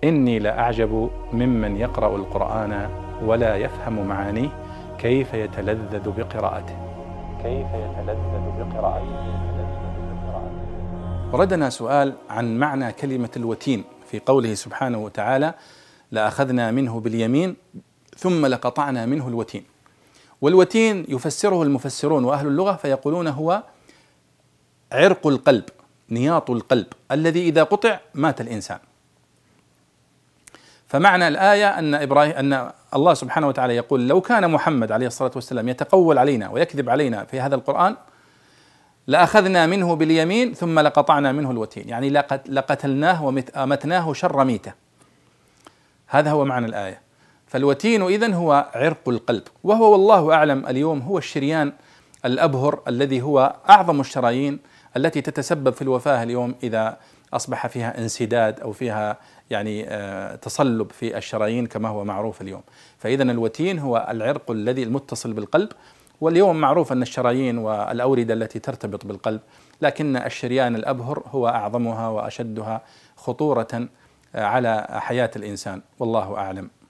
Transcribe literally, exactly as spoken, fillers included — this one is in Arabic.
إني لأعجب ممن يقرأ القرآن ولا يفهم معانيه كيف يتلذذ بقراءته كيف يتلذذ بقراءته وردنا سؤال عن معنى كلمة الوتين في قوله سبحانه وتعالى: لأخذنا منه باليمين ثم لقطعنا منه الوتين. والوتين يفسره المفسرون وأهل اللغة فيقولون هو عرق القلب، نياط القلب الذي إذا قطع مات الإنسان. فمعنى الآية أن إبراهيم أن الله سبحانه وتعالى يقول: لو كان محمد عليه الصلاة والسلام يتقول علينا ويكذب علينا في هذا القرآن لأخذنا منه باليمين ثم لقطعنا منه الوتين، يعني لقتلناه ومتناه شر ميتة. هذا هو معنى الآية. فالوتين إذن هو عرق القلب، وهو والله أعلم اليوم هو الشريان الأبهر الذي هو أعظم الشرايين التي تتسبب في الوفاة اليوم إذا أصبح فيها انسداد أو فيها يعني تصلب في الشرايين كما هو معروف اليوم. فإذن الوتين هو العرق الذي المتصل بالقلب، واليوم معروف أن الشرايين والأوردة التي ترتبط بالقلب، لكن الشريان الأبهر هو أعظمها وأشدها خطورة على حياة الإنسان، والله أعلم.